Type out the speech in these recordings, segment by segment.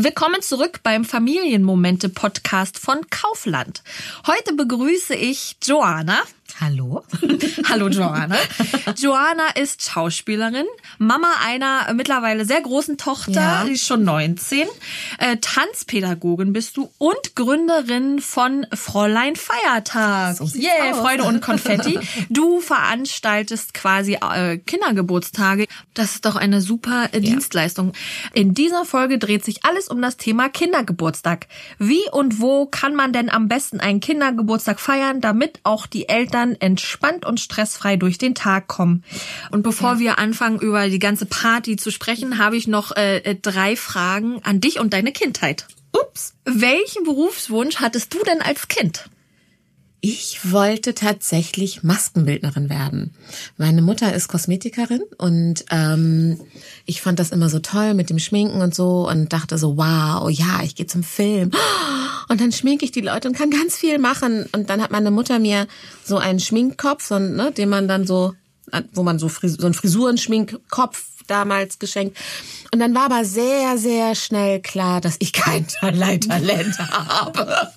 Willkommen zurück beim Familienmomente-Podcast von Kaufland. Heute begrüße ich Joanna. Hallo. Hallo Joanna. Joanna ist Schauspielerin, Mama einer mittlerweile sehr großen Tochter, die ist schon 19. Tanzpädagogin bist du und Gründerin von Fräulein Feiertag. So sieht's aus. Freude und Konfetti. Du veranstaltest quasi Kindergeburtstage. Das ist doch eine super Dienstleistung. In dieser Folge dreht sich alles um das Thema Kindergeburtstag. Wie und wo kann man denn am besten einen Kindergeburtstag feiern, damit auch die Eltern entspannt und stressfrei durch den Tag kommen? Und bevor wir anfangen, über die ganze Party zu sprechen, habe ich noch 3 Fragen an dich und deine Kindheit. Ups. Welchen Berufswunsch hattest du denn als Kind? Ich wollte tatsächlich Maskenbildnerin werden. Meine Mutter ist Kosmetikerin und ich fand das immer so toll mit dem Schminken und so und dachte so, wow, ja, ich gehe zum Film. Und dann schminke ich die Leute und kann ganz viel machen. Und dann hat meine Mutter mir so einen Schminkkopf, den man dann so, wo man so einen Frisurenschminkkopf damals geschenkt. Und dann war aber sehr, sehr schnell klar, dass ich kein Talent habe.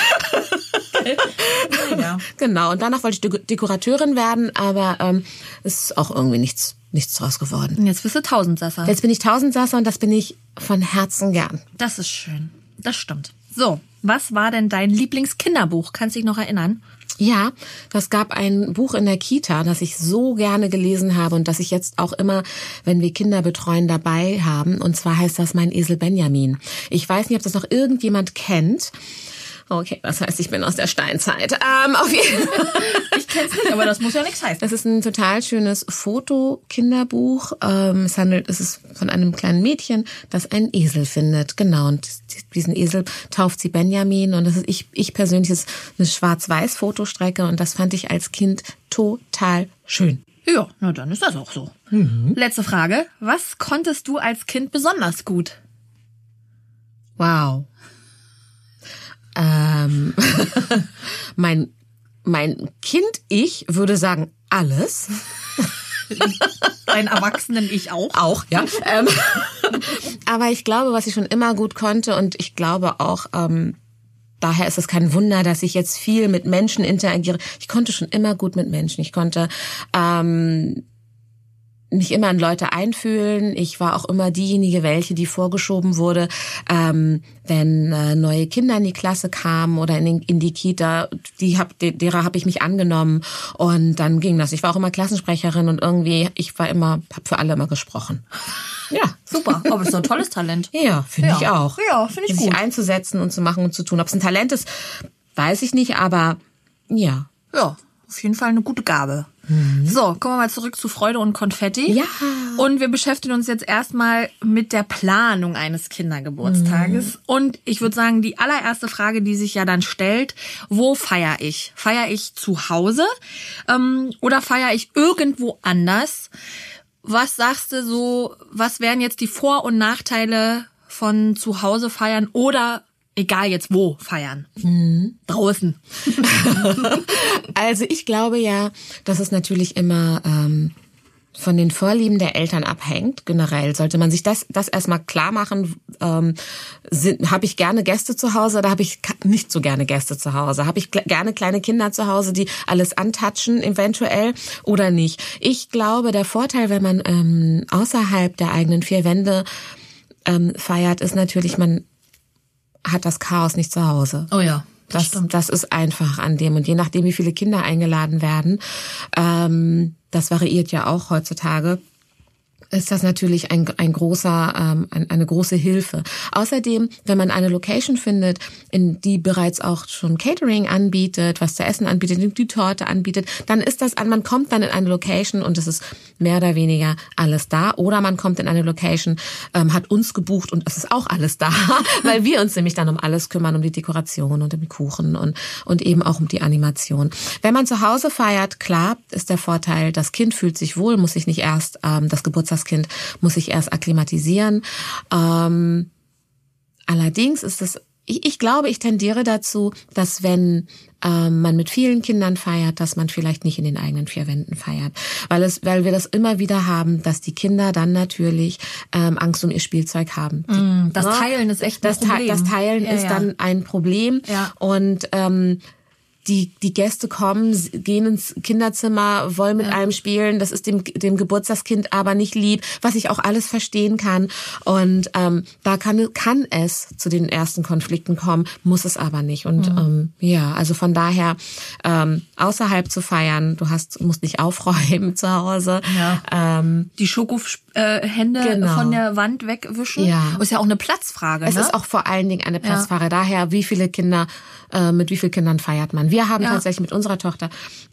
Ja. Genau, und danach wollte ich Dekorateurin werden, aber es ist auch irgendwie nichts draus geworden. Und jetzt bist du Tausendsasser. Jetzt bin ich Tausendsasser und das bin ich von Herzen gern. Das ist schön. Das stimmt. So, was war denn dein Lieblingskinderbuch? Kannst du dich noch erinnern? Ja, das gab ein Buch in der Kita, das ich so gerne gelesen habe und das ich jetzt auch immer, wenn wir Kinder betreuen, dabei haben. Und zwar heißt das Mein Esel Benjamin. Ich weiß nicht, ob das noch irgendjemand kennt. Okay, das heißt, ich bin aus der Steinzeit. Auf jeden Fall. Ich kenn's nicht, aber das muss ja nichts heißen. Es ist ein total schönes Fotokinderbuch. Es ist von einem kleinen Mädchen, das einen Esel findet. Genau, und diesen Esel tauft sie Benjamin. Und das ist ich persönlich ist eine Schwarz-Weiß-Fotostrecke und das fand ich als Kind total schön. Ja, na dann ist das auch so. Letzte Frage. Was konntest du als Kind besonders gut? Wow. Mein Kind-Ich würde sagen, alles. Ein Erwachsenen-Ich auch? Auch, ja. Aber ich glaube, was ich schon immer gut konnte und ich glaube auch, daher ist es kein Wunder, dass ich jetzt viel mit Menschen interagiere. Ich konnte schon immer gut mit Menschen. Ich konnte mich immer in Leute einfühlen. Ich war auch immer diejenige, die vorgeschoben wurde, wenn neue Kinder in die Klasse kamen oder in die Kita, derer habe ich mich angenommen und dann ging das. Ich war auch immer Klassensprecherin und irgendwie, habe für alle immer gesprochen. Ja, super. Aber das ist so ein tolles Talent. Ja, finde ich auch. Ja, finde ich gut. Sich einzusetzen und zu machen und zu tun. Ob es ein Talent ist, weiß ich nicht, aber ja. Ja, auf jeden Fall eine gute Gabe. So, kommen wir mal zurück zu Freude und Konfetti. Ja. Und wir beschäftigen uns jetzt erstmal mit der Planung eines Kindergeburtstages. Und ich würde sagen, die allererste Frage, die sich ja dann stellt, wo feiere ich? Feiere ich zu Hause oder feiere ich irgendwo anders? Was sagst du so, was wären jetzt die Vor- und Nachteile von zu Hause feiern oder egal jetzt wo feiern? Draußen. Also ich glaube ja, dass es natürlich immer von den Vorlieben der Eltern abhängt. Generell sollte man sich das erstmal klar machen. Habe ich gerne Gäste zu Hause oder habe ich nicht so gerne Gäste zu Hause? Habe ich gerne kleine Kinder zu Hause, die alles antatschen eventuell oder nicht? Ich glaube, der Vorteil, wenn man außerhalb der eigenen 4 Wände feiert, ist natürlich, man hat das Chaos nicht zu Hause. Oh ja. Das ist einfach an dem. Und je nachdem, wie viele Kinder eingeladen werden, das variiert ja auch heutzutage, ist das natürlich eine große Hilfe. Außerdem, wenn man eine Location findet, in die bereits auch schon Catering anbietet, was zu essen anbietet, die Torte anbietet, dann ist man kommt dann in eine Location und es ist mehr oder weniger alles da. Oder man kommt in eine Location, hat uns gebucht und es ist auch alles da, weil wir uns nämlich dann um alles kümmern, um die Dekoration und um die Kuchen und eben auch um die Animation. Wenn man zu Hause feiert, klar, ist der Vorteil, das Kind fühlt sich wohl, muss sich nicht erst das Geburtstagskind muss sich erst akklimatisieren. Allerdings ist es ich glaube, ich tendiere dazu, dass wenn man mit vielen Kindern feiert, dass man vielleicht nicht in den eigenen 4 Wänden feiert. Weil wir das immer wieder haben, dass die Kinder dann natürlich Angst um ihr Spielzeug haben. Das Teilen ist echt ein Problem. Das Teilen ist dann ein Problem. Ja. Und die Gäste kommen, gehen ins Kinderzimmer, wollen mit einem spielen. Das ist dem Geburtstagskind aber nicht lieb, was ich auch alles verstehen kann. Und da kann es zu den ersten Konflikten kommen, muss es aber nicht. Und also von daher außerhalb zu feiern, musst nicht aufräumen zu Hause. Ja. Die Schokohände von der Wand wegwischen. Ja. Ist ja auch eine Platzfrage. Es ist auch vor allen Dingen eine Platzfrage. Daher, mit wie vielen Kindern feiert man? Wir haben tatsächlich mit unserer Tochter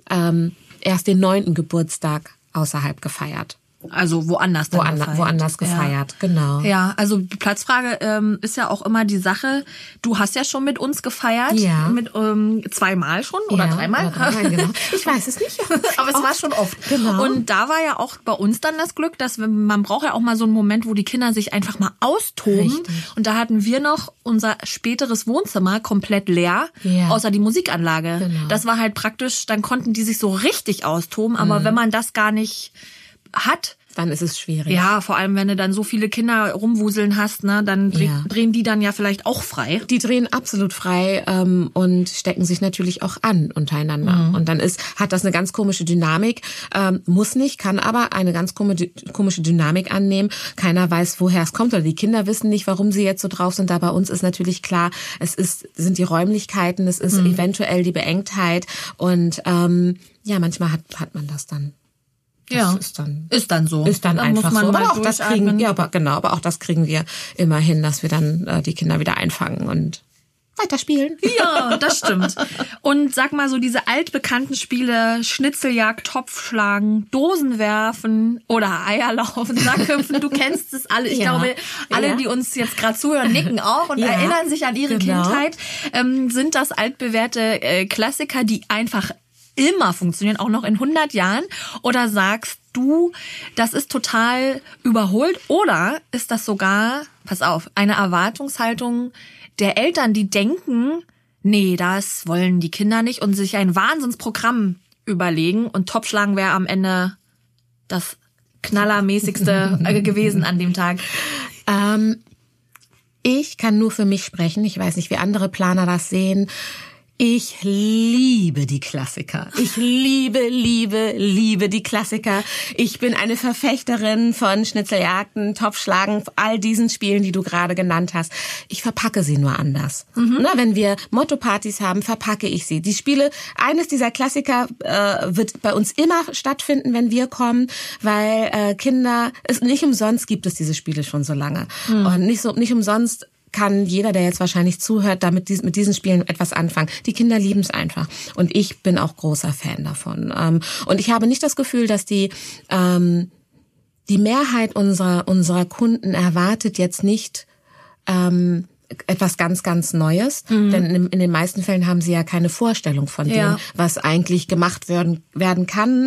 erst den 9. Geburtstag außerhalb gefeiert. Also woanders gefeiert, genau. Ja, also die Platzfrage ist ja auch immer die Sache. Du hast ja schon mit uns gefeiert. Ja. Mit 2-mal schon oder 3-mal. Oder 3-mal, genau. Ich weiß es nicht. Aber es war schon oft. Genau. Und da war ja auch bei uns dann das Glück, dass man braucht ja auch mal so einen Moment, wo die Kinder sich einfach mal austoben. Richtig. Und da hatten wir noch unser späteres Wohnzimmer komplett leer, außer die Musikanlage. Genau. Das war halt praktisch, dann konnten die sich so richtig austoben. Aber wenn man das gar nicht hat, dann ist es schwierig. Ja, vor allem, wenn du dann so viele Kinder rumwuseln hast, ne, dann drehen die dann ja vielleicht auch frei. Die drehen absolut frei und stecken sich natürlich auch an untereinander. Und dann hat das eine ganz komische Dynamik. Muss nicht, kann aber eine ganz komische Dynamik annehmen. Keiner weiß, woher es kommt, oder die Kinder wissen nicht, warum sie jetzt so drauf sind. Da bei uns ist natürlich klar, sind die Räumlichkeiten, es ist eventuell die Beengtheit und manchmal hat man das dann. Das ist dann so. Ist dann einfach muss man so. mal Aber auch das aber auch das kriegen wir immer hin, dass wir dann die Kinder wieder einfangen und weiterspielen. Ja, das stimmt. Und sag mal so, diese altbekannten Spiele, Schnitzeljagd, Topfschlagen, Dosen werfen oder Eierlaufen, Sackhüpfen, du kennst es alle. Ich glaube, alle, die uns jetzt gerade zuhören, nicken auch und erinnern sich an ihre Kindheit. Sind das altbewährte Klassiker, die einfach immer funktionieren, auch noch in 100 Jahren? Oder sagst du, das ist total überholt? Oder ist das sogar, pass auf, eine Erwartungshaltung der Eltern, die denken, nee, das wollen die Kinder nicht und sich ein Wahnsinnsprogramm überlegen und Topfschlagen wäre am Ende das knallermäßigste gewesen an dem Tag? Ich kann nur für mich sprechen. Ich weiß nicht, wie andere Planer das sehen. Ich liebe die Klassiker. Ich liebe die Klassiker. Ich bin eine Verfechterin von Schnitzeljagden, Topfschlagen, all diesen Spielen, die du gerade genannt hast. Ich verpacke sie nur anders. Wenn wir Motto-Partys haben, verpacke ich sie. Die Spiele, eines dieser Klassiker wird bei uns immer stattfinden, wenn wir kommen, weil nicht umsonst gibt es diese Spiele schon so lange. Und nicht umsonst kann jeder, der jetzt wahrscheinlich zuhört, mit diesen Spielen etwas anfangen. Die Kinder lieben es einfach. Und ich bin auch großer Fan davon. Und ich habe nicht das Gefühl, dass die Mehrheit unserer Kunden erwartet jetzt nicht etwas ganz, ganz Neues. Denn in den meisten Fällen haben sie ja keine Vorstellung von dem, was eigentlich gemacht werden kann.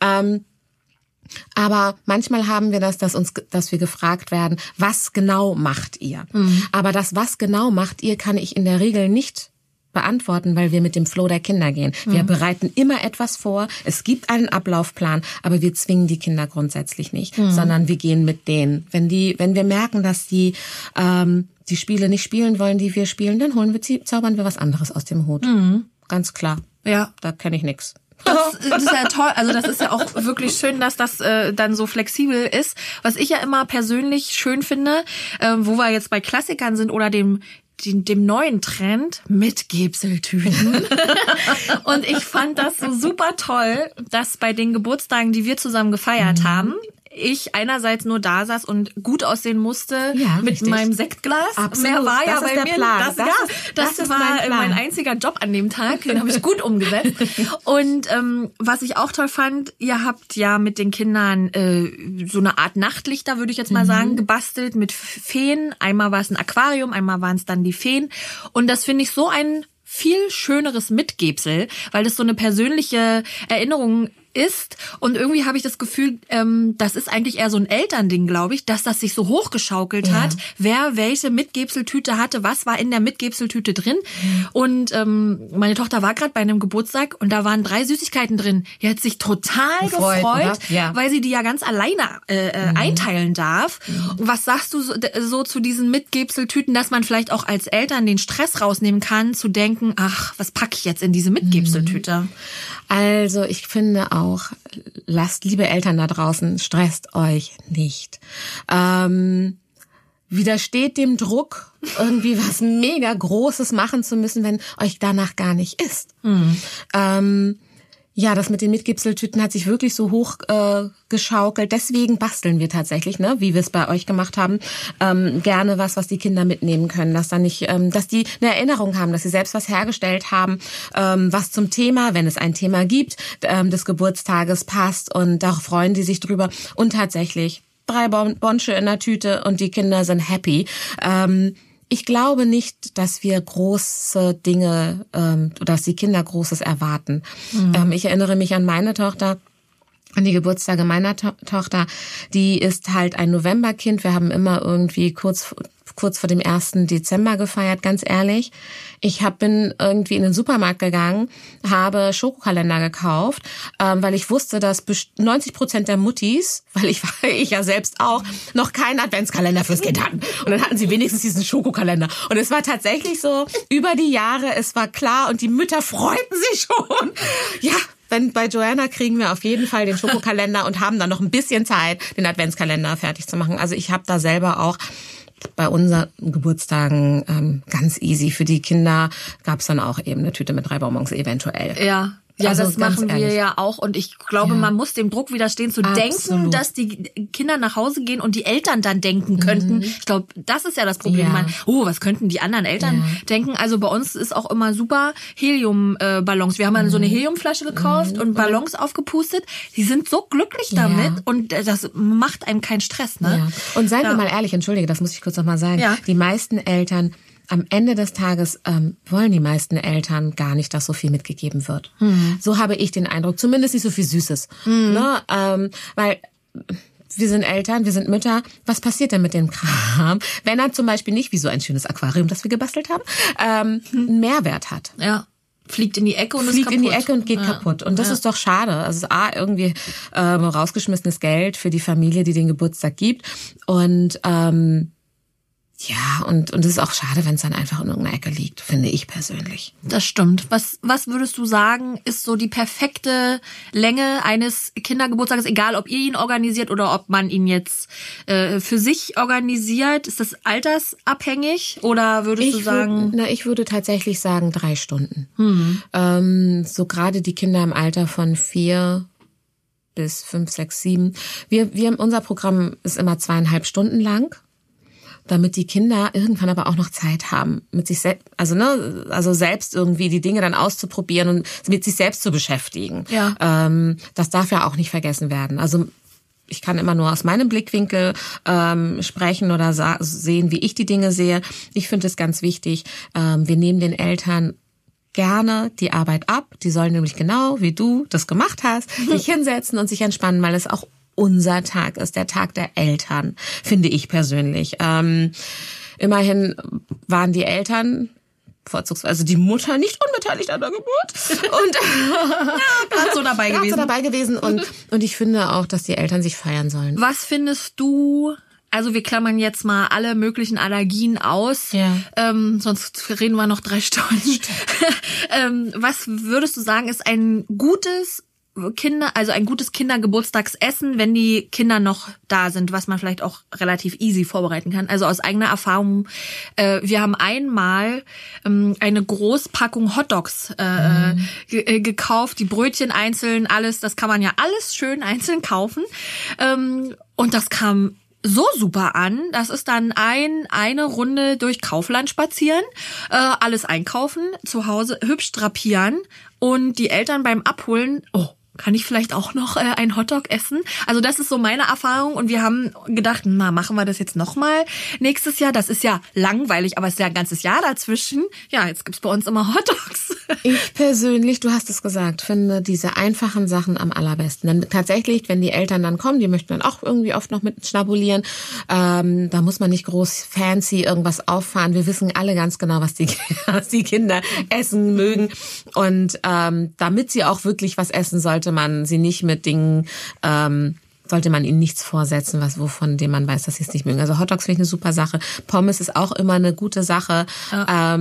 Aber manchmal haben wir dass wir gefragt werden, was genau macht ihr? Aber das, was genau macht ihr, kann ich in der Regel nicht beantworten, weil wir mit dem Flow der Kinder gehen. Wir bereiten immer etwas vor. Es gibt einen Ablaufplan, aber wir zwingen die Kinder grundsätzlich nicht, sondern wir gehen mit denen. Wenn wir merken, dass die Spiele nicht spielen wollen, die wir spielen, dann zaubern wir was anderes aus dem Hut. Ganz klar. Ja. Da kenne ich nix. Das ist ja toll. Also das ist ja auch wirklich schön, dass das dann so flexibel ist. Was ich ja immer persönlich schön finde, wo wir jetzt bei Klassikern sind oder dem neuen Trend mit Gebseltüten. Und ich fand das so super toll, dass bei den Geburtstagen, die wir zusammen gefeiert haben, ich einerseits nur da saß und gut aussehen musste mit richtig. Meinem Sektglas. Absolut. Mehr war ja das bei ist mir. Der Plan. Das war mein einziger Job an dem Tag. Den habe ich gut umgesetzt. Und was ich auch toll fand, ihr habt ja mit den Kindern so eine Art Nachtlichter, würde ich jetzt mal sagen, gebastelt mit Feen. Einmal war es ein Aquarium, einmal waren es dann die Feen. Und das finde ich so ein viel schöneres Mitgebsel, weil das so eine persönliche Erinnerung ist. Und irgendwie habe ich das Gefühl, das ist eigentlich eher so ein Elternding, glaube ich, dass das sich so hochgeschaukelt hat, wer welche Mitgebseltüte hatte, was war in der Mitgebseltüte drin. Und meine Tochter war gerade bei einem Geburtstag und da waren 3 Süßigkeiten drin. Die hat sich total gefreut, weil sie die ja ganz alleine einteilen darf. Was sagst du so zu diesen Mitgebseltüten, dass man vielleicht auch als Eltern den Stress rausnehmen kann, zu denken, ach, was packe ich jetzt in diese Mitgebseltüte? Also ich finde auch, liebe Eltern da draußen, stresst euch nicht. Widersteht dem Druck, irgendwie was mega Großes machen zu müssen, wenn euch danach gar nicht ist. Ja, das mit den Mitgebseltüten hat sich wirklich so hoch geschaukelt. Deswegen basteln wir tatsächlich, ne, wie wir es bei euch gemacht haben, gerne was die Kinder mitnehmen können, dass dann nicht, dass die eine Erinnerung haben, dass sie selbst was hergestellt haben, was zum Thema, wenn es ein Thema gibt, des Geburtstages passt, und da freuen die sich drüber. Und tatsächlich 3 Bonsche in der Tüte und die Kinder sind happy. Ich glaube nicht, dass wir große Dinge, dass die Kinder Großes erwarten. Ich erinnere mich an meine Tochter, an die Geburtstage meiner Tochter. Die ist halt ein Novemberkind. Wir haben immer irgendwie kurz vor dem 1. Dezember gefeiert, ganz ehrlich. Ich bin irgendwie in den Supermarkt gegangen, habe Schokokalender gekauft, weil ich wusste, dass 90% der Muttis, weil ich ja selbst auch, noch keinen Adventskalender fürs Kind hatten. Und dann hatten sie wenigstens diesen Schokokalender. Und es war tatsächlich so, über die Jahre, es war klar und die Mütter freuten sich schon. Ja, bei Joanna kriegen wir auf jeden Fall den Schokokalender und haben dann noch ein bisschen Zeit, den Adventskalender fertig zu machen. Also ich habe da selber auch bei unseren Geburtstagen ganz easy. Für die Kinder gab's dann auch eben eine Tüte mit 3 Bonbons eventuell. Ja. Ja, also das machen wir ja auch, und ich glaube, man muss dem Druck widerstehen, zu denken, dass die Kinder nach Hause gehen und die Eltern dann denken könnten. Ich glaube, das ist ja das Problem. Was könnten die anderen Eltern denken? Also bei uns ist auch immer super Heliumballons. Wir haben dann so eine Heliumflasche gekauft und Ballons aufgepustet. Die sind so glücklich damit und das macht einem keinen Stress, ne? Ja. Und seien wir mal ehrlich, entschuldige, das muss ich kurz noch mal sagen. Ja. Die meisten Eltern, am Ende des Tages wollen die meisten Eltern gar nicht, dass so viel mitgegeben wird. So habe ich den Eindruck, zumindest nicht so viel Süßes. Ne? Weil wir sind Eltern, wir sind Mütter. Was passiert denn mit dem Kram, wenn er zum Beispiel nicht, wie so ein schönes Aquarium, das wir gebastelt haben, einen Mehrwert hat? Ja. Fliegt in die Ecke und geht kaputt. Und das ist doch schade. Also irgendwie rausgeschmissenes Geld für die Familie, die den Geburtstag gibt. Und ja, und es ist auch schade, wenn es dann einfach in irgendeiner Ecke liegt, finde ich persönlich. Das stimmt. Was würdest du sagen, ist so die perfekte Länge eines Kindergeburtstages, egal ob ihr ihn organisiert oder ob man ihn jetzt für sich organisiert? Ist das altersabhängig oder würdest du sagen? Ich würde tatsächlich sagen 3 Stunden. So gerade die Kinder im Alter von 4 bis 5, 6, 7. Unser Programm ist immer 2,5 Stunden lang, damit die Kinder irgendwann aber auch noch Zeit haben, mit sich selbst, also selbst irgendwie die Dinge dann auszuprobieren und mit sich selbst zu beschäftigen. Ja. Das darf ja auch nicht vergessen werden. Also ich kann immer nur aus meinem Blickwinkel sprechen oder sehen, wie ich die Dinge sehe. Ich finde es ganz wichtig, wir nehmen den Eltern gerne die Arbeit ab. Die sollen nämlich genau, wie du das gemacht hast, sich hinsetzen und sich entspannen, weil es auch unser Tag ist, der Tag der Eltern, finde ich persönlich. Immerhin waren die Eltern, vorzugsweise die Mutter, nicht unbeteiligt an der Geburt. Und gerade so dabei gewesen. Und ich finde auch, dass die Eltern sich feiern sollen. Was findest du? Also wir klammern jetzt mal alle möglichen Allergien aus, sonst reden wir noch 3 Stunden. Was würdest du sagen, ist ein gutes Kindergeburtstagsessen, wenn die Kinder noch da sind, was man vielleicht auch relativ easy vorbereiten kann? Also aus eigener Erfahrung, wir haben einmal eine Großpackung Hotdogs gekauft, die Brötchen einzeln, alles, das kann man ja alles schön einzeln kaufen. Und das kam so super an. Das ist dann eine Runde durch Kaufland spazieren, alles einkaufen, zu Hause hübsch drapieren und die Eltern beim Abholen, kann ich vielleicht auch noch ein Hotdog essen? Also das ist so meine Erfahrung und wir haben gedacht, na, machen wir das jetzt nochmal nächstes Jahr? Das ist ja langweilig, aber es ist ja ein ganzes Jahr dazwischen. Ja, jetzt gibt's bei uns immer Hotdogs. Ich persönlich, du hast es gesagt, finde diese einfachen Sachen am allerbesten. Denn tatsächlich, wenn die Eltern dann kommen, die möchten dann auch irgendwie oft noch mit schnabulieren, da muss man nicht groß fancy irgendwas auffahren. Wir wissen alle ganz genau, was die Kinder essen mögen. Und damit sie auch wirklich was essen, sollte man sie nicht mit Dingen, sollte man ihnen nichts vorsetzen, dem man weiß, dass sie es nicht mögen. Also Hotdogs finde ich eine super Sache. Pommes ist auch immer eine gute Sache. Ja.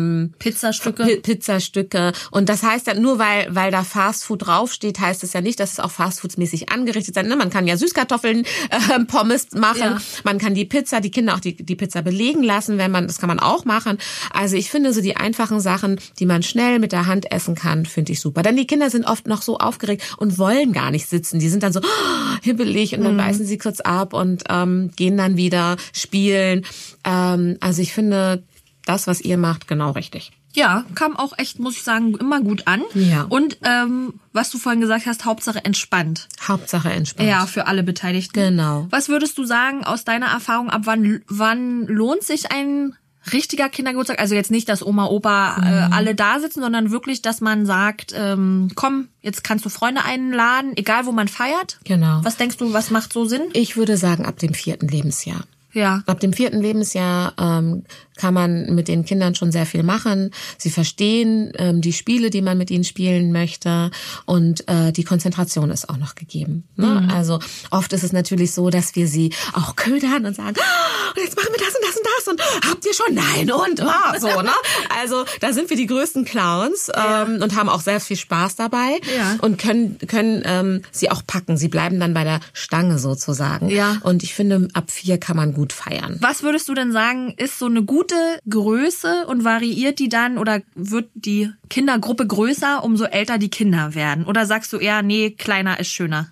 Pizzastücke. Und das heißt ja nur, weil da Fastfood draufsteht, heißt es ja nicht, dass es auch fastfoodsmäßig angerichtet sein. Man kann ja Süßkartoffeln, Pommes machen. Ja. Man kann die Kinder auch die Pizza belegen lassen, das kann man auch machen. Also ich finde so die einfachen Sachen, die man schnell mit der Hand essen kann, finde ich super. Denn die Kinder sind oft noch so aufgeregt und wollen gar nicht sitzen. Die sind dann so hibbelig und dann beißen sie kurz ab und gehen dann wieder spielen. Also ich finde das, was ihr macht, genau richtig. Ja, kam auch echt, muss ich sagen, immer gut an. Ja. Und was du vorhin gesagt hast, Hauptsache entspannt. Hauptsache entspannt. Ja, für alle Beteiligten. Genau. Was würdest du sagen aus deiner Erfahrung, ab wann lohnt sich ein richtiger Kindergeburtstag? Also jetzt nicht, dass Oma, Opa alle da sitzen, sondern wirklich, dass man sagt, komm, jetzt kannst du Freunde einladen, egal wo man feiert. Genau. Was denkst du, was macht so Sinn? Ich würde sagen, ab dem 4. Lebensjahr. Ja. Ab dem 4. Lebensjahr kann man mit den Kindern schon sehr viel machen. Sie verstehen die Spiele, die man mit ihnen spielen möchte, und die Konzentration ist auch noch gegeben. Ne? Mhm. Also oft ist es natürlich so, dass wir sie auch ködern und sagen, und jetzt machen wir das und das und das und habt ihr schon? Nein und so. Ne? Also da sind wir die größten Clowns und haben auch sehr viel Spaß dabei und können sie auch packen. Sie bleiben dann bei der Stange sozusagen. Ja. Und ich finde, ab 4 kann man gut feiern. Was würdest du denn sagen, ist so eine gute Größe und variiert die dann oder wird die Kindergruppe größer, umso älter die Kinder werden? Oder sagst du eher, nee, kleiner ist schöner?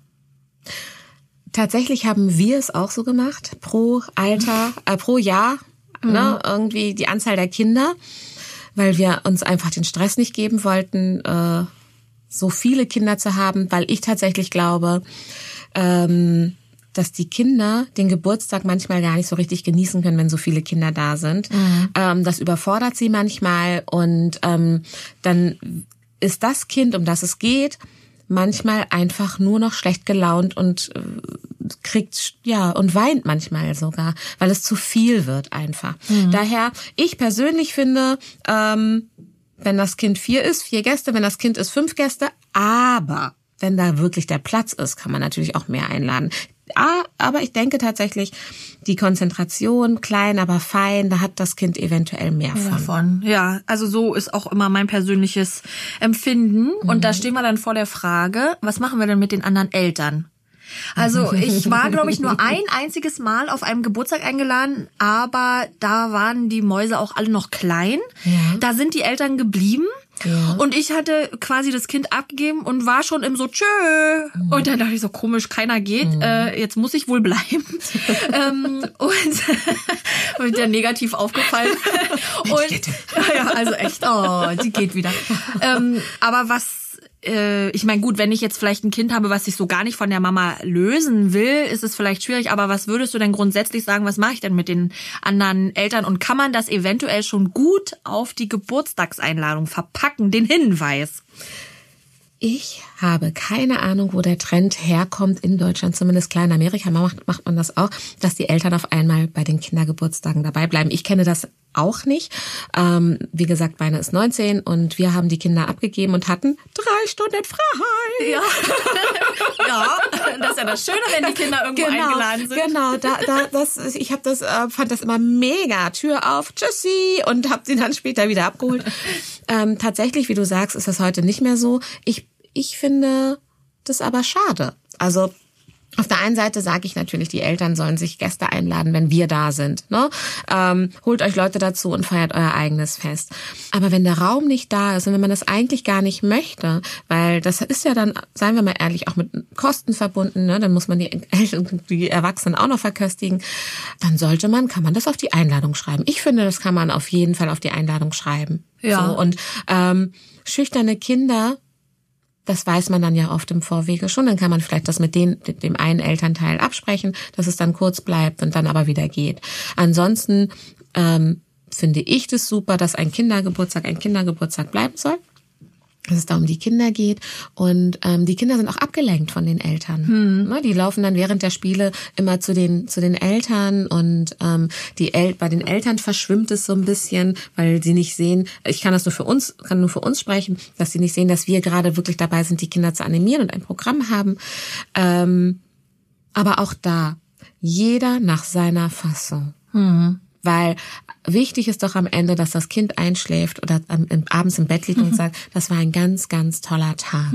Tatsächlich haben wir es auch so gemacht, pro Jahr, ne, irgendwie die Anzahl der Kinder, weil wir uns einfach den Stress nicht geben wollten, so viele Kinder zu haben, weil ich tatsächlich glaube, dass die Kinder den Geburtstag manchmal gar nicht so richtig genießen können, wenn so viele Kinder da sind. Mhm. Das überfordert sie manchmal und dann ist das Kind, um das es geht, manchmal einfach nur noch schlecht gelaunt und und weint manchmal sogar, weil es zu viel wird einfach. Mhm. Daher, ich persönlich finde, wenn das Kind 4 ist, 4 Gäste, wenn das Kind ist 5 Gäste, aber wenn da wirklich der Platz ist, kann man natürlich auch mehr einladen. Aber ich denke tatsächlich, die Konzentration, klein, aber fein, da hat das Kind eventuell mehr von. Ja, also so ist auch immer mein persönliches Empfinden. Und da stehen wir dann vor der Frage, was machen wir denn mit den anderen Eltern? Also ich war, glaube ich, nur ein einziges Mal auf einem Geburtstag eingeladen, aber da waren die Mäuse auch alle noch klein. Ja. Da sind die Eltern geblieben. Ja. Und ich hatte quasi das Kind abgegeben und war schon im so tschö. Mhm. Und dann dachte ich so, komisch, keiner geht. Jetzt muss ich wohl bleiben. Und mir der negativ aufgefallen. Und ja, also echt, sie geht wieder. Aber ich meine, gut, wenn ich jetzt vielleicht ein Kind habe, was sich so gar nicht von der Mama lösen will, ist es vielleicht schwierig. Aber was würdest du denn grundsätzlich sagen, was mache ich denn mit den anderen Eltern? Und kann man das eventuell schon gut auf die Geburtstagseinladung verpacken, den Hinweis? Ich habe keine Ahnung, wo der Trend herkommt, in Deutschland, zumindest klar, in Amerika macht man das auch, dass die Eltern auf einmal bei den Kindergeburtstagen dabei bleiben. Ich kenne das auch nicht. Wie gesagt, meine ist 19 und wir haben die Kinder abgegeben und hatten 3 Stunden frei. Ja, ja, das ist ja das Schöne, wenn die Kinder irgendwo eingeladen sind. Genau, ich fand das immer mega. Tür auf, tschüssi, und habe sie dann später wieder abgeholt. Tatsächlich, wie du sagst, ist das heute nicht mehr so. Ich finde das aber schade. Also auf der einen Seite sage ich natürlich, die Eltern sollen sich Gäste einladen, wenn wir da sind. Ne? Holt euch Leute dazu und feiert euer eigenes Fest. Aber wenn der Raum nicht da ist und wenn man das eigentlich gar nicht möchte, weil das ist ja dann, seien wir mal ehrlich, auch mit Kosten verbunden, ne? Dann muss man die Erwachsenen auch noch verköstigen, dann kann man das auf die Einladung schreiben. Ich finde, das kann man auf jeden Fall auf die Einladung schreiben. Ja. So, und schüchterne Kinder Das weiß man dann ja oft im Vorwege schon. Dann kann man vielleicht das mit dem einen Elternteil absprechen, dass es dann kurz bleibt und dann aber wieder geht. Ansonsten finde ich das super, dass ein Kindergeburtstag bleiben soll. Dass es da um die Kinder geht. Und die Kinder sind auch abgelenkt von den Eltern. Die laufen dann während der Spiele immer zu den Eltern und bei den Eltern verschwimmt es so ein bisschen, weil sie nicht sehen, ich kann nur für uns sprechen, dass sie nicht sehen, dass wir gerade wirklich dabei sind, die Kinder zu animieren und ein Programm haben. Aber auch da, jeder nach seiner Fasson. Weil wichtig ist doch am Ende, dass das Kind einschläft oder abends im Bett liegt und sagt, das war ein ganz, ganz toller Tag.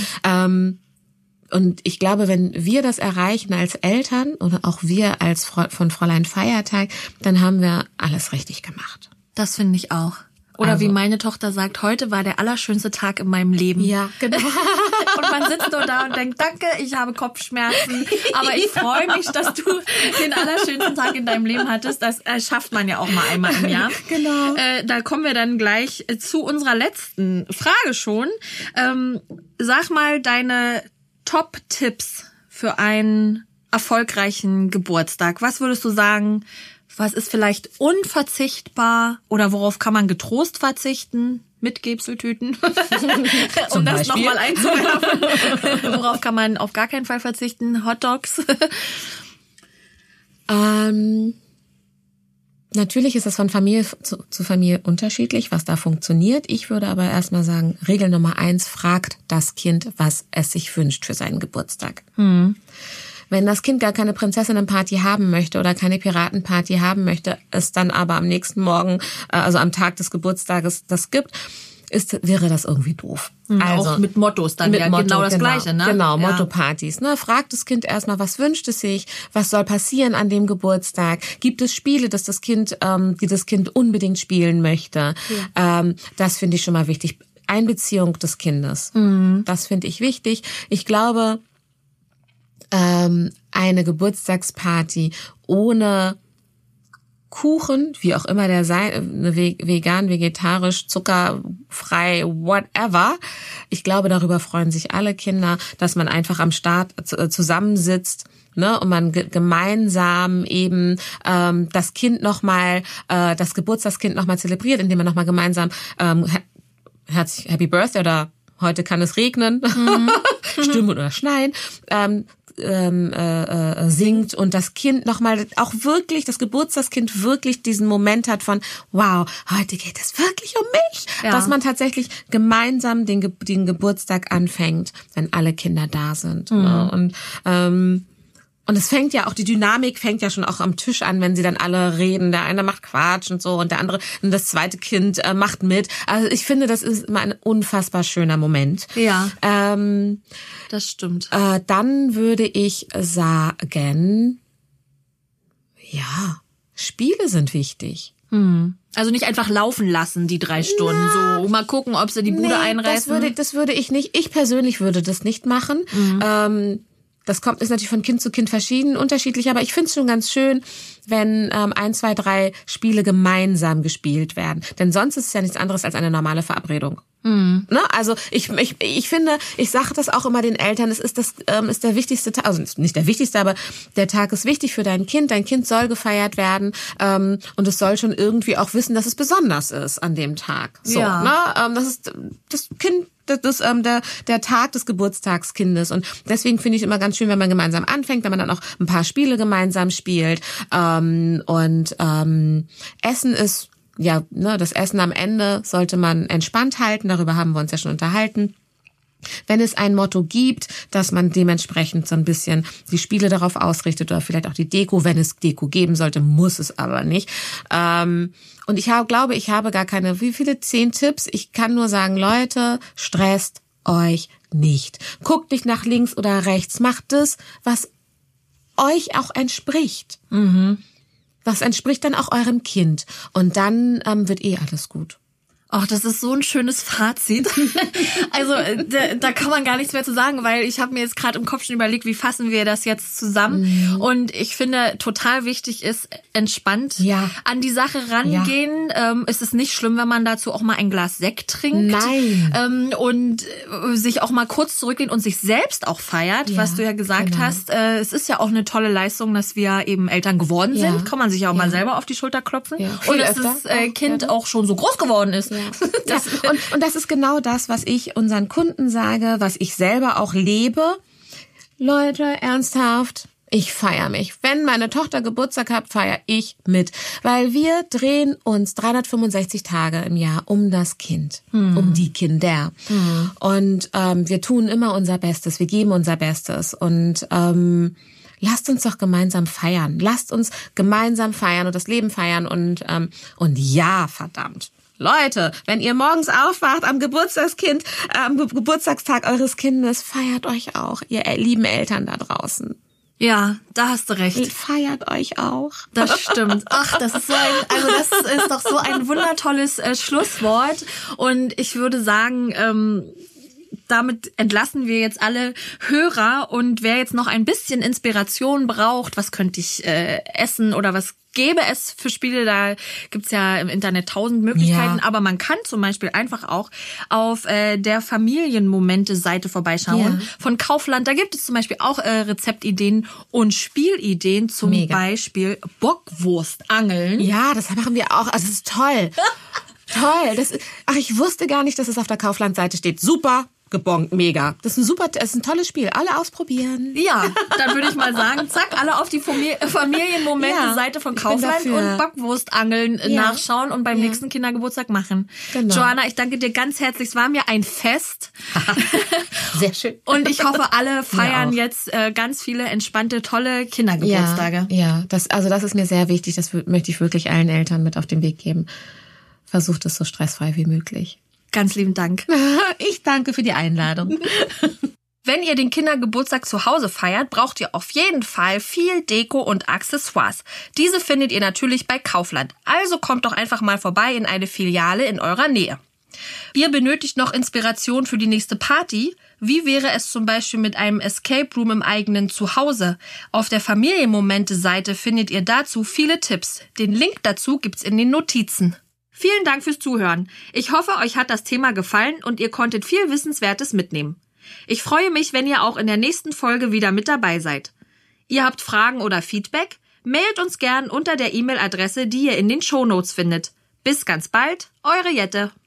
Und ich glaube, wenn wir das erreichen als Eltern oder auch wir als von Fräulein Feiertag, dann haben wir alles richtig gemacht. Das finde ich auch. Oder wie meine Tochter sagt, heute war der allerschönste Tag in meinem Leben. Ja, genau. Und man sitzt nur da und denkt, danke, ich habe Kopfschmerzen, aber ich freue mich, dass du den allerschönsten Tag in deinem Leben hattest. Das schafft man ja auch mal einmal im Jahr. Genau. Da kommen wir dann gleich zu unserer letzten Frage schon. Sag mal deine Top-Tipps für einen erfolgreichen Geburtstag. Was würdest du sagen, was ist vielleicht unverzichtbar oder worauf kann man getrost verzichten? Mit Gebseltüten, um das nochmal einzuwerfen. Worauf kann man auf gar keinen Fall verzichten? Hotdogs? Natürlich ist das von Familie zu Familie unterschiedlich, was da funktioniert. Ich würde aber erstmal sagen, Regel Nummer 1, fragt das Kind, was es sich wünscht für seinen Geburtstag. Wenn das Kind gar keine Prinzessinnenparty haben möchte oder keine Piratenparty haben möchte, es dann aber am nächsten Morgen, also am Tag des Geburtstages, das gibt, wäre das irgendwie doof. Also auch mit Mottos dann ja Motto, genau das Gleiche, ne? Genau, Motto-Partys. Ne? Fragt das Kind erstmal, was wünscht es sich, was soll passieren an dem Geburtstag? Gibt es Spiele, die das Kind unbedingt spielen möchte? Ja. Das finde ich schon mal wichtig. Einbeziehung des Kindes. Das finde ich wichtig. Ich glaube, eine Geburtstagsparty ohne Kuchen, wie auch immer der sein, vegan, vegetarisch, zuckerfrei, whatever. Ich glaube, darüber freuen sich alle Kinder, dass man einfach am Start zusammensitzt, ne, und man gemeinsam eben das Geburtstagskind nochmal zelebriert, indem man nochmal gemeinsam Happy Birthday oder heute kann es regnen, stürmen oder schneien, singt und das Kind nochmal auch wirklich, das Geburtstagskind wirklich diesen Moment hat von, wow, heute geht es wirklich um mich, dass man tatsächlich gemeinsam den Geburtstag anfängt, wenn alle Kinder da sind. Ne? Und es fängt ja auch, die Dynamik fängt ja schon auch am Tisch an, wenn sie dann alle reden. Der eine macht Quatsch und so und der andere, und das zweite Kind macht mit. Also ich finde, das ist immer ein unfassbar schöner Moment. Ja, das stimmt. Dann würde ich sagen, ja, Spiele sind wichtig. Also nicht einfach laufen lassen, die 3 Stunden. So, mal gucken, ob sie die Bude einreißen. Das würde ich nicht. Ich persönlich würde das nicht machen. Das ist natürlich von Kind zu Kind unterschiedlich, aber ich finde es schon ganz schön, wenn 1, 2, 3 Spiele gemeinsam gespielt werden. Denn sonst ist es ja nichts anderes als eine normale Verabredung. Ne? Also ich finde, ich sage das auch immer den Eltern, es ist der wichtigste Tag, also nicht der wichtigste, aber der Tag ist wichtig für dein Kind soll gefeiert werden und es soll schon irgendwie auch wissen, dass es besonders ist an dem Tag. So, ja. Ne? Das ist das Kind, der Tag des Geburtstagskindes und deswegen finde ich es immer ganz schön, wenn man gemeinsam anfängt, wenn man dann auch ein paar Spiele gemeinsam spielt Essen ist das Essen am Ende sollte man entspannt halten, darüber haben wir uns ja schon unterhalten. Wenn es ein Motto gibt, dass man dementsprechend so ein bisschen die Spiele darauf ausrichtet oder vielleicht auch die Deko, wenn es Deko geben sollte, muss es aber nicht. Und ich habe gar keine, wie viele 10 Tipps? Ich kann nur sagen, Leute, stresst euch nicht. Guckt nicht nach links oder rechts, macht das, was euch auch entspricht. Das entspricht dann auch eurem Kind. Und dann wird alles gut. Ach, das ist so ein schönes Fazit. Also da kann man gar nichts mehr zu sagen, weil ich habe mir jetzt gerade im Kopf schon überlegt, wie fassen wir das jetzt zusammen. Und ich finde, total wichtig ist, entspannt an die Sache rangehen. Es ist nicht schlimm, wenn man dazu auch mal ein Glas Sekt trinkt. Nein. Und sich auch mal kurz zurücklehnt und sich selbst auch feiert, was du ja gesagt hast. Es ist ja auch eine tolle Leistung, dass wir eben Eltern geworden sind. Kann man sich ja auch mal selber auf die Schulter klopfen. Ja. Und dass das Kind auch schon so groß geworden ist. Ja. Und das ist genau das, was ich unseren Kunden sage, was ich selber auch lebe. Leute, ernsthaft, ich feiere mich. Wenn meine Tochter Geburtstag hat, feiere ich mit. Weil wir drehen uns 365 Tage im Jahr um das Kind, um die Kinder. Und wir tun immer unser Bestes, wir geben unser Bestes. Und lasst uns doch gemeinsam feiern. Lasst uns gemeinsam feiern und das Leben feiern. Und ja, verdammt. Leute, wenn ihr morgens aufwacht am Geburtstagstag eures Kindes, feiert euch auch, ihr lieben Eltern da draußen. Ja, da hast du recht. Feiert euch auch. Das stimmt. Ach, das ist das ist doch so ein wundertolles Schlusswort. Und ich würde sagen, damit entlassen wir jetzt alle Hörer. Und wer jetzt noch ein bisschen Inspiration braucht, was könnte ich essen oder was gäbe es für Spiele, da gibt's ja im Internet 1000 Möglichkeiten, aber man kann zum Beispiel einfach auch auf der Familienmomente-Seite vorbeischauen von Kaufland. Da gibt es zum Beispiel auch Rezeptideen und Spielideen, zum Beispiel Bockwurstangeln. Ja, das machen wir auch. Also, das ist toll. Toll. Ich wusste gar nicht, dass es auf der Kaufland-Seite steht. Super. Gebongt, mega. Das ist ein tolles Spiel. Alle ausprobieren. Ja, dann würde ich mal sagen, zack, alle auf die Familienmomente-Seite von Kaufland und Bockwurstangeln nachschauen und beim nächsten Kindergeburtstag machen. Genau. Joanna, ich danke dir ganz herzlich. Es war mir ein Fest. Sehr schön. Und ich hoffe, alle feiern jetzt ganz viele entspannte, tolle Kindergeburtstage. Ja, das ist mir sehr wichtig. Das möchte ich wirklich allen Eltern mit auf den Weg geben. Versucht es so stressfrei wie möglich. Ganz lieben Dank. Ich danke für die Einladung. Wenn ihr den Kindergeburtstag zu Hause feiert, braucht ihr auf jeden Fall viel Deko und Accessoires. Diese findet ihr natürlich bei Kaufland. Also kommt doch einfach mal vorbei in eine Filiale in eurer Nähe. Ihr benötigt noch Inspiration für die nächste Party? Wie wäre es zum Beispiel mit einem Escape Room im eigenen Zuhause? Auf der Familienmomente-Seite findet ihr dazu viele Tipps. Den Link dazu gibt's in den Notizen. Vielen Dank fürs Zuhören. Ich hoffe, euch hat das Thema gefallen und ihr konntet viel Wissenswertes mitnehmen. Ich freue mich, wenn ihr auch in der nächsten Folge wieder mit dabei seid. Ihr habt Fragen oder Feedback? Mailt uns gern unter der E-Mail-Adresse, die ihr in den Shownotes findet. Bis ganz bald, eure Jette.